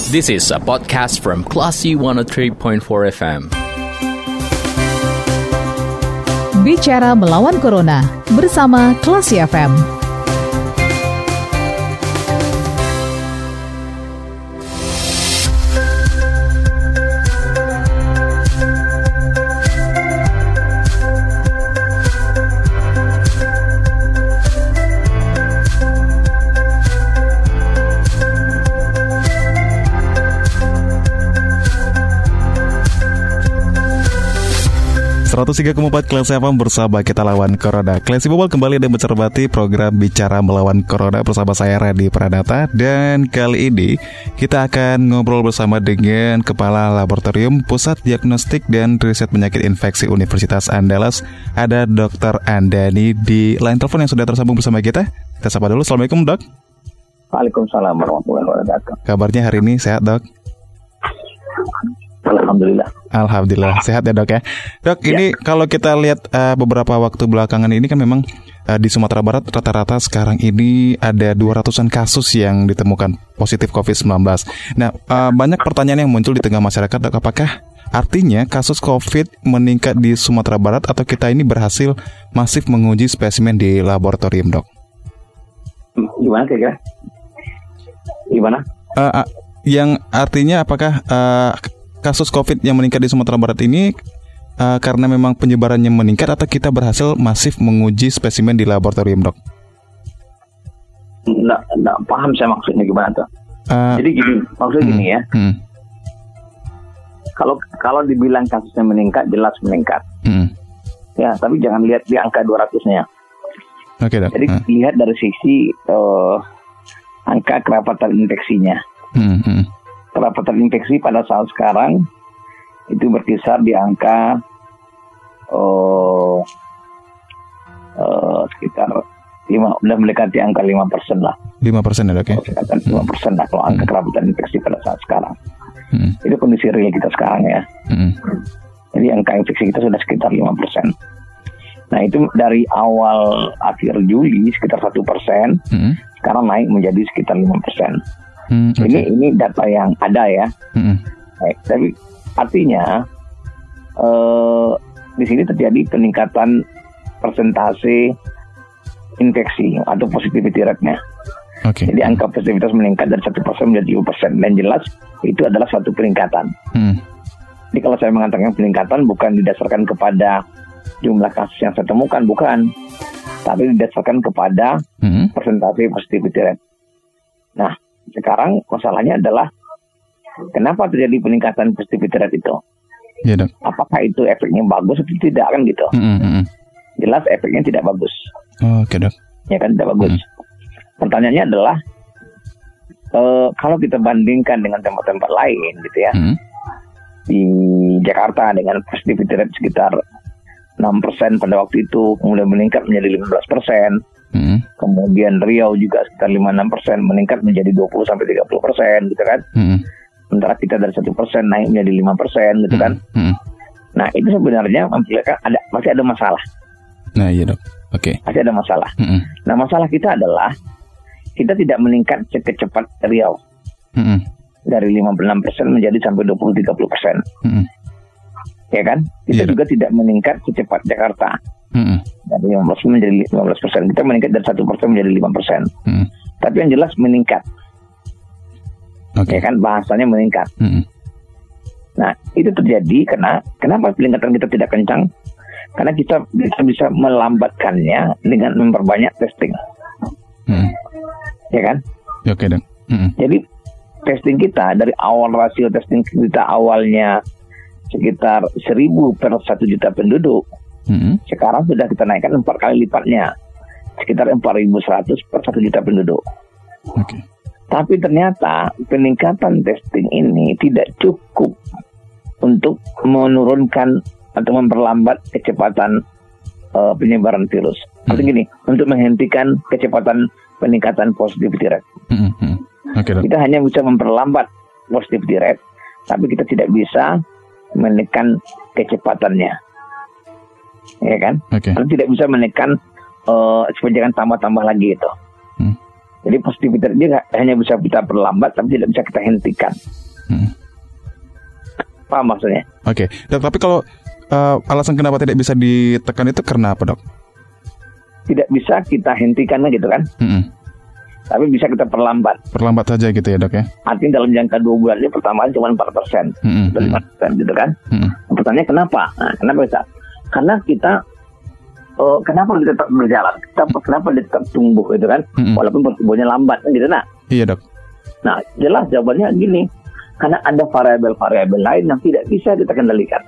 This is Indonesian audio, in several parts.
This is a podcast from Classy 103.4 FM. Bicara melawan Corona bersama Classy FM. 103,4 Classy FM bersama kita lawan Corona. Classy People kembali dan mencermati program Bicara Melawan Corona bersama saya Radi Pranata. Dan kali ini kita akan ngobrol bersama dengan Kepala Laboratorium Pusat Diagnostik dan Riset Penyakit Infeksi Universitas Andalas. Ada Dr. Andani di line telepon yang sudah tersambung bersama kita. Kita sapa dulu. Assalamualaikum, Dok. Waalaikumsalam warahmatullahi wabarakatuh. Kabarnya hari ini sehat, Dok? Alhamdulillah sehat ya, Dok ya. Dok, ini kalau kita lihat beberapa waktu belakangan ini kan memang di Sumatera Barat rata-rata sekarang ini ada 200-an kasus yang ditemukan positif COVID-19. Nah, banyak pertanyaan yang muncul di tengah masyarakat, Dok. Apakah artinya kasus COVID meningkat di Sumatera Barat atau kita ini berhasil masif menguji spesimen di laboratorium, Dok? Gimana kira-kira? Gimana? Yang artinya apakah kasus COVID yang meningkat di Sumatera Barat ini karena memang penyebarannya meningkat atau kita berhasil masif menguji spesimen di laboratorium, Dok? Nggak paham saya maksudnya gimana tuh. Jadi gini, maksudnya gini ya. Kalau dibilang kasusnya meningkat, jelas meningkat. Ya, tapi jangan lihat di angka 200-nya. Oke, Dok. Jadi lihat dari sisi angka kerapatan infeksinya. Kerapatan infeksi pada saat sekarang itu berkisar di angka sekitar udah mendekati angka 5% lah. 5% ya, Dok ya? Sekitar 5% lah kalau angka kerapatan infeksi pada saat sekarang. Itu kondisi real kita sekarang ya. Jadi angka infeksi kita sudah sekitar 5%. Nah, itu dari awal akhir Juli sekitar 1%, sekarang naik menjadi sekitar 5%. Okay. Ini data yang ada ya. Baik, tapi artinya di sini terjadi peningkatan persentase infeksi atau positivity rate-nya. Okay. Jadi angka positivitas meningkat dari 1% menjadi 2%, dan jelas itu adalah suatu peningkatan. Jadi kalau saya mengatakan peningkatan bukan didasarkan kepada jumlah kasus yang saya temukan, bukan, tapi didasarkan kepada persentase positivity rate. Nah, sekarang masalahnya adalah kenapa terjadi peningkatan positivity rate itu? Ya, Dok. Apakah itu efeknya bagus atau tidak kan gitu? Jelas efeknya tidak bagus. Oke, Dok. Ya kan, tidak bagus. Pertanyaannya adalah kalau kita bandingkan dengan tempat-tempat lain gitu ya, di Jakarta dengan positivity rate sekitar 6% pada waktu itu, kemudian meningkat menjadi 15%. Kemudian Riau juga sekitar 5-6% meningkat menjadi 20-30% gitu kan. Sementara kita dari 1% naik menjadi 5% gitu kan. Nah, itu sebenarnya memperlihatkan masih ada masalah. Nah, iya, Dok. Oke. Masih ada masalah. Nah, masalah kita adalah kita tidak meningkat sekecepat Riau. Dari 56% menjadi sampai 20-30%. Ya kan? Kita juga tidak meningkat secepat Jakarta. Dari 15% menjadi 15%. Kita meningkat dari 1% menjadi 5%. Tapi yang jelas meningkat. Ya kan? Bahasanya meningkat. Nah, itu terjadi kenapa peningkatan kita tidak kencang? Karena kita bisa melambatkannya dengan memperbanyak testing. Ya kan? Oke, Dok. Jadi testing kita dari awal, rasio testing kita awalnya sekitar 1.000 per 1 juta penduduk. Sekarang sudah kita naikkan 4 kali lipatnya, sekitar 4.100 per 1 juta penduduk. Okay. Tapi ternyata peningkatan testing ini tidak cukup untuk menurunkan atau memperlambat kecepatan penyebaran virus. Artinya gini, untuk menghentikan kecepatan peningkatan positivity rate. Okay, kita hanya bisa memperlambat positivity rate, tapi kita tidak bisa menekan kecepatannya. Ya kan? Okay. Karena tidak bisa menekan supaya jangan tambah-tambah lagi itu. Jadi positivity rate dia hanya bisa kita perlambat, tapi tidak bisa kita hentikan. Paham maksudnya? Oke, Dok, tapi kalau alasan kenapa tidak bisa ditekan itu karena apa, Dok? Tidak bisa kita hentikan gitu kan? Tapi bisa kita perlambat. Perlambat saja gitu ya, Dok ya? Artinya dalam jangka 2 bulan ini pertamanya cuma 4%, 5% gitu kan? Pertanyaannya kenapa? Nah, kenapa bisa? Karena kita kenapa dia tetap berjalan? Kenapa dia tetap tumbuh gitu kan? Walaupun pertumbuhannya lambat gitu, nah. Iya, Dok. Nah, jelas jawabannya gini. Karena ada variabel-variabel lain yang tidak bisa kita kendalikan.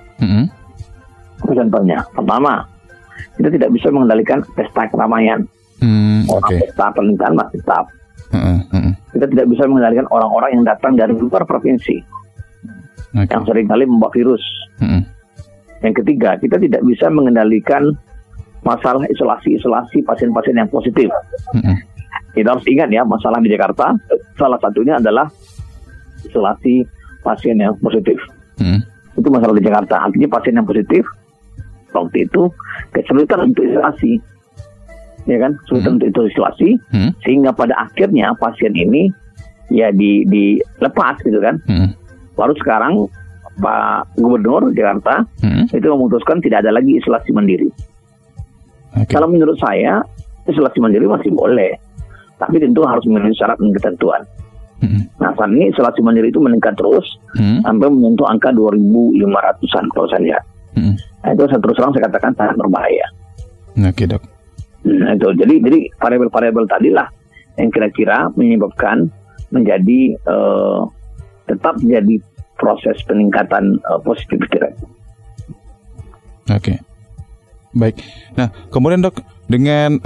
Contohnya, pertama, kita tidak bisa mengendalikan pesta keramaian. Orang pesta pernikahan masih tetap. Kita tidak bisa mengendalikan orang-orang yang datang dari luar provinsi, yang seringkali membawa virus. Yang ketiga, kita tidak bisa mengendalikan masalah isolasi pasien-pasien yang positif. Kita harus ingat ya, masalah di Jakarta salah satunya adalah isolasi pasien yang positif. Itu masalah di Jakarta. Artinya pasien yang positif waktu itu kesulitan untuk isolasi, ya kan, kesulitan untuk isolasi, sehingga pada akhirnya pasien ini ya dilepas gitu kan. Baru sekarang Pak Gubernur Jakarta itu memutuskan tidak ada lagi isolasi mandiri. Kalau menurut saya isolasi mandiri masih boleh, tapi tentu harus memenuhi syarat dan ketentuan. Nah, saat ini isolasi mandiri itu meningkat terus sampai menyentuh angka 2.500-an kalau saya lihat. Nah, itu terus terang saya katakan sangat berbahaya. Oke, Dok. Nah, itu jadi variabel-variabel tadilah yang kira-kira menyebabkan menjadi tetap menjadi proses peningkatan positivity rate. Oke. Baik. Nah, kemudian Dok, dengan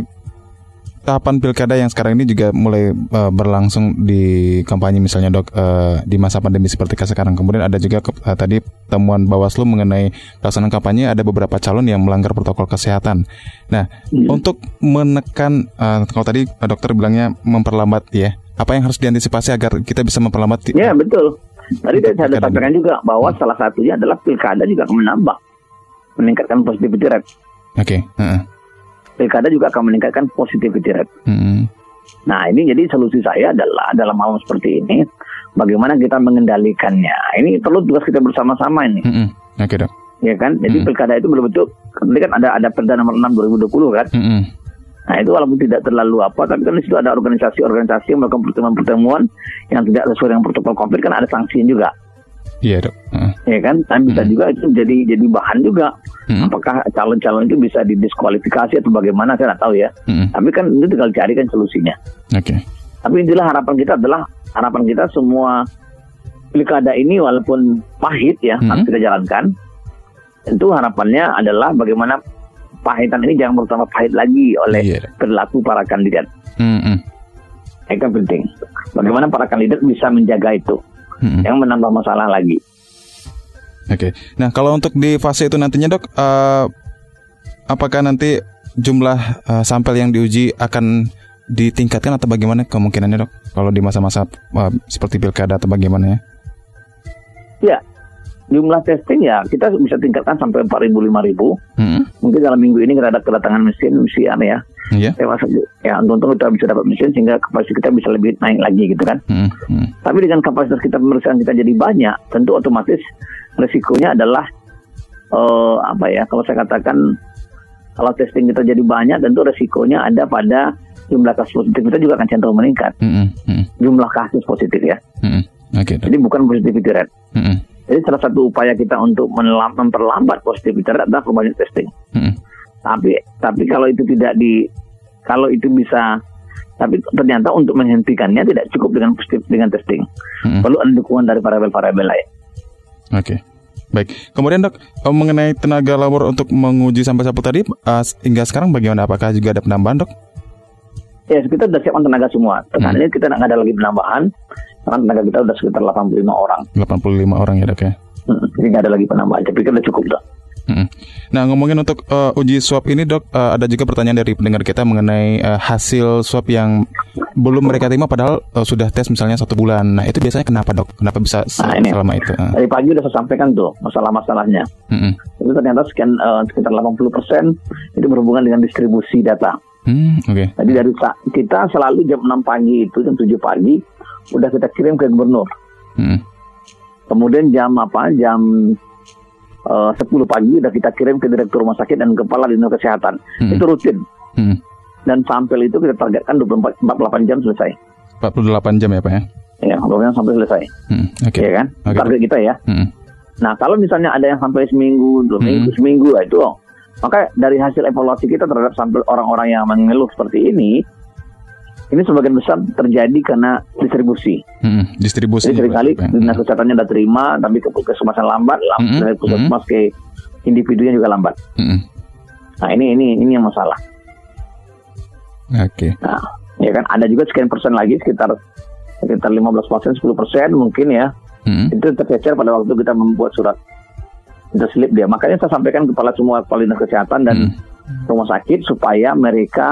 tahapan pilkada yang sekarang ini juga mulai berlangsung di kampanye misalnya, Dok, di masa pandemi seperti sekarang. Kemudian ada juga tadi temuan Bawaslu mengenai pelaksanaan kampanye, ada beberapa calon yang melanggar protokol kesehatan. Nah, untuk menekan, kalau tadi dokter bilangnya memperlambat ya, apa yang harus diantisipasi agar kita bisa memperlambat? Ya, betul. Tadi saya sampaikan juga bahwa salah satunya adalah pilkada juga akan meningkatkan positivity rate. Oke. Pilkada juga akan meningkatkan positivity rate. Nah, ini jadi solusi saya adalah dalam hal seperti ini, bagaimana kita mengendalikannya. Ini perlu tugas kita bersama-sama ini. Oke, Dok. Ya kan? Jadi pilkada itu betul-betul, nanti kan ada Perda nomor 6 2020 kan. Nah, itu walaupun tidak terlalu tapi kan di situ ada organisasi-organisasi yang melakukan pertemuan-pertemuan yang tidak sesuai dengan protokol COVID, kan ada sanksinya juga. Iya, Dok. Ya kan? Dan bisa juga itu jadi bahan juga. Apakah calon-calon itu bisa didiskualifikasi atau bagaimana, saya tidak tahu ya. Tapi kan itu tinggal carikan solusinya. Oke. Tapi intinya harapan kita semua pilkada ini walaupun pahit ya harus kita jalankan. Tentu harapannya adalah bagaimana pahitan ini jangan bertambah pahit lagi oleh perilaku para kandidat. Itu penting. Bagaimana para kandidat bisa menjaga itu, yang menambah masalah lagi. Oke. Nah, kalau untuk di fase itu nantinya, Dok, apakah nanti jumlah sampel yang diuji akan ditingkatkan atau bagaimana kemungkinannya, Dok? Kalau di masa-masa seperti pilkada atau bagaimana ya? Ya, jumlah testing ya kita bisa tingkatkan sampai 4.000-5.000. Mungkin dalam minggu ini kita ada kedatangan mesin ya. Iya. Ya, untung kita bisa dapat mesin sehingga kapasitas kita bisa lebih naik lagi gitu kan. Tapi dengan kapasitas kita pemeriksaan kita jadi banyak, tentu otomatis resikonya adalah kalau saya katakan kalau testing kita jadi banyak, tentu resikonya ada pada jumlah kasus positif kita juga akan cenderung meningkat. Jumlah kasus positif ya. Jadi bukan positivity rate. Jadi salah satu upaya kita untuk memperlambat positivity rate adalah perbanyak testing. Tapi kalau itu tapi ternyata untuk menghentikannya tidak cukup dengan testing. Perlu ada dukungan dari variabel-variabel lain. Oke. Baik. Kemudian, Dok, mengenai tenaga labor untuk menguji sampel tadi, hingga sekarang bagaimana? Apakah juga ada penambahan, Dok? Ya, kita sudah siapkan tenaga semua. Ini kita nggak ada lagi penambahan. Karena tenaga kita sudah sekitar 85 orang. 85 orang ya, Dok ya? Jadi nggak ada lagi penambahan. Tapi kita cukup, Dok. Nah, ngomongin untuk uji swab ini, Dok, ada juga pertanyaan dari pendengar kita mengenai hasil swab yang belum mereka terima padahal sudah tes misalnya 1 bulan. Nah, itu biasanya kenapa, Dok? Kenapa bisa selama itu? Dari pagi sudah saya sampaikan tuh masalah-masalahnya. Itu ternyata sekitar 80% itu berhubungan dengan distribusi data. Okay. Jadi dari kita selalu jam 6 pagi itu, jam 7 pagi udah kita kirim ke gubernur. Kemudian jam 10 pagi udah kita kirim ke direktur rumah sakit dan kepala dinas kesehatan. Itu rutin. Dan sampel itu kita targetkan 48 jam selesai. 48 jam ya Pak ya? Ya, 48 jam sampai selesai. Okay. Ya kan? Okay. Target kita ya. Nah, kalau misalnya ada yang sampai seminggu, 2 minggu, seminggu, itu maka dari hasil evaluasi kita terhadap sampel orang-orang yang mengeluh seperti ini sebagian besar terjadi karena distribusi. Distribusi. Jadi seringkali dinas kesehatannya udah terima, tapi ke puskesmasan lambat, dari puskesmas ke individunya juga lambat. Nah, ini yang masalah. Oke. Nah, ya kan ada juga sekian persen lagi sekitar 15%, 10% mungkin ya. Itu tercecer pada waktu kita membuat surat terselip dia. Makanya saya sampaikan kepada semua kepala dinas kesehatan dan rumah sakit supaya mereka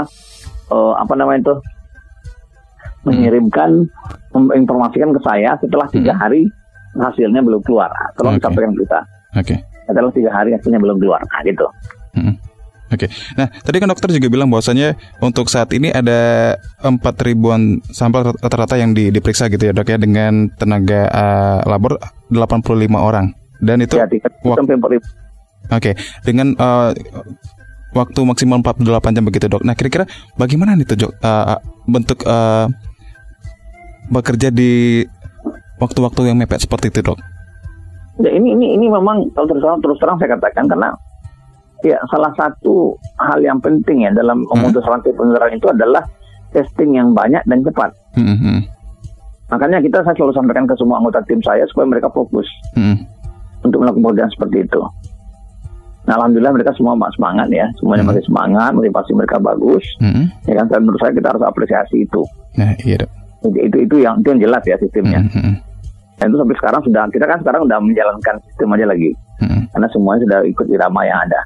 mengirimkan, menginformasikan ke saya setelah 3 hari hasilnya belum keluar. Tolong disampaikan kita. Setelah 3 hari hasilnya belum keluar. Nah, gitu. Oke. Nah, tadi kan dokter juga bilang bahwasanya untuk saat ini ada 4.000-an sampel rata-rata yang diperiksa gitu ya Dok ya, dengan tenaga labor 85 orang. Dan itu sampai 4.000. Oke. Dengan waktu maksimal 48 jam begitu Dok. Nah, kira-kira bagaimana nih Dok bentuk bekerja di waktu-waktu yang mepet seperti itu Dok? Ya, ini memang kalau terus terang saya katakan, karena ya salah satu hal yang penting ya dalam memutus rantai penularan itu adalah testing yang banyak dan cepat. Makanya saya selalu sampaikan ke semua anggota tim saya supaya mereka fokus untuk melakukan pekerjaan seperti itu. Nah, alhamdulillah mereka semua semangat ya, semuanya masih semangat, motivasi mereka bagus. Ya kan, dan menurut saya kita harus apresiasi itu. Nah, iya Dok. Itu yang jelas ya sistemnya. Dan itu sampai sekarang kita kan sekarang sudah menjalankan sistem aja lagi. Karena semuanya sudah ikut irama yang ada.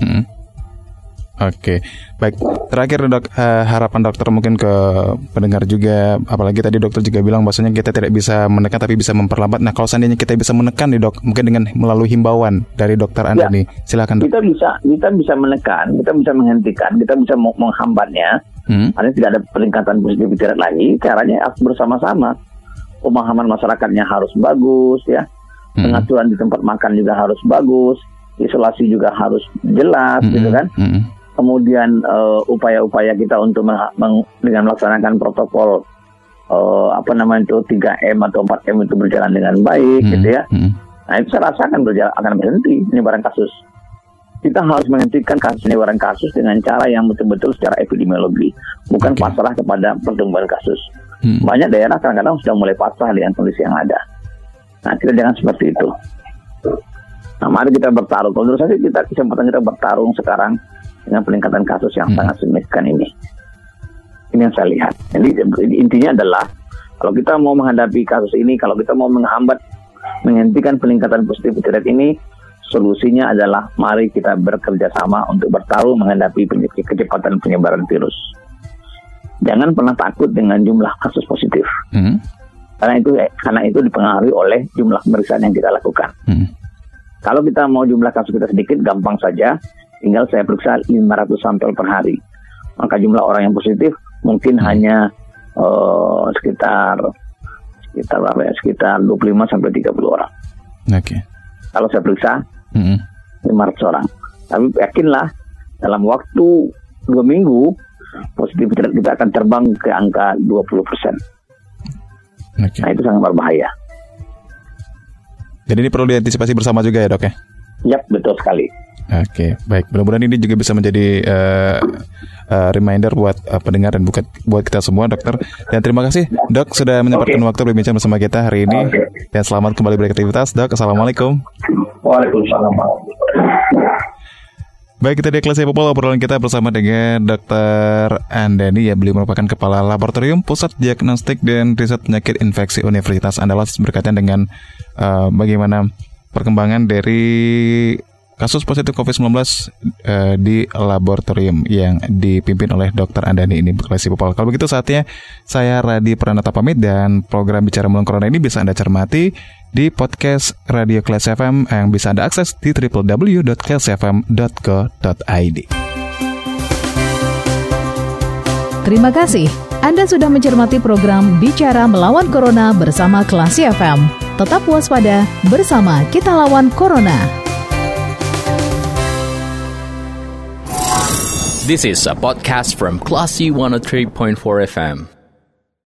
Oke, baik. Terakhir Dok, harapan dokter mungkin ke pendengar juga, apalagi tadi dokter juga bilang bahwasanya kita tidak bisa menekan tapi bisa memperlambat. Nah, kalau seandainya kita bisa menekan nih Dok, mungkin dengan melalui himbauan dari dokter Anda nih, silakan Dok. Kita bisa menekan, kita bisa menghentikan, kita bisa menghambatnya. Artinya tidak ada peningkatan positivity rate lagi. Caranya harus bersama-sama. Pemahaman masyarakatnya harus bagus ya. Pengaturan di tempat makan juga harus bagus. Isolasi juga harus jelas gitu kan. Kemudian upaya-upaya kita untuk dengan melaksanakan protokol 3M atau 4M itu berjalan dengan baik gitu ya. Nah, itu saya rasakan akan berhenti penyebaran kasus. Kita harus menghentikan penyebaran kasus dengan cara yang betul-betul secara epidemiologi, bukan pasrah kepada pertumbuhan kasus. Banyak daerah kadang-kadang sudah mulai pasrah dengan kondisi yang ada. Nah, kita jangan seperti itu. Nah, mari kita bertarung. Kalau menurut saya kesempatan kita bertarung sekarang dengan peningkatan kasus yang sangat signifikan ini. Ini yang saya lihat. Jadi intinya adalah kalau kita mau menghadapi kasus ini, kalau kita mau menghentikan peningkatan positivity rate ini, solusinya adalah mari kita bekerja sama untuk bertarung menghadapi kecepatan penyebaran virus. Jangan pernah takut dengan jumlah kasus positif. Karena itu dipengaruhi oleh jumlah pemeriksaan yang kita lakukan. Kalau kita mau jumlah kasus kita sedikit, gampang saja. Tinggal saya periksa 500 sampel per hari. Maka jumlah orang yang positif mungkin hanya sekitar 25 sampai 30 orang. Kalau saya periksa 500 orang. Tapi yakinlah dalam waktu 2 minggu positivity rate kita akan terbang ke angka 20%. Nah, itu sangat berbahaya. Jadi ini perlu diantisipasi bersama juga ya Dok ya? Yap, betul sekali. Oke, baik. Mudah-mudahan ini juga bisa menjadi reminder buat pendengar dan buat kita semua dokter. Dan terima kasih Dok sudah menyempatkan waktu berbincang bersama kita hari ini. Dan selamat kembali beraktivitas Dok. Assalamualaikum. Waalaikumsalam. Baik, kita di Kelas People, obrolan kita bersama dengan Dr. Andani ya. Beliau merupakan Kepala Laboratorium Pusat Diagnostik dan Riset Penyakit Infeksi Universitas Andalas berkaitan dengan bagaimana perkembangan dari kasus positif COVID-19 di laboratorium yang dipimpin oleh Dr. Andani ini. Kelas People. Kalau begitu saatnya saya Radi Pranata pamit, dan program Bicara Melawan Corona ini bisa Anda cermati di podcast Radio Kelas FM yang bisa Anda akses di www.kelasfm.co.id. Terima kasih. Anda sudah mencermati program Bicara Melawan Corona bersama Klasi FM. Tetap waspada, bersama kita lawan Corona. This is a podcast from Classy 103.4 FM.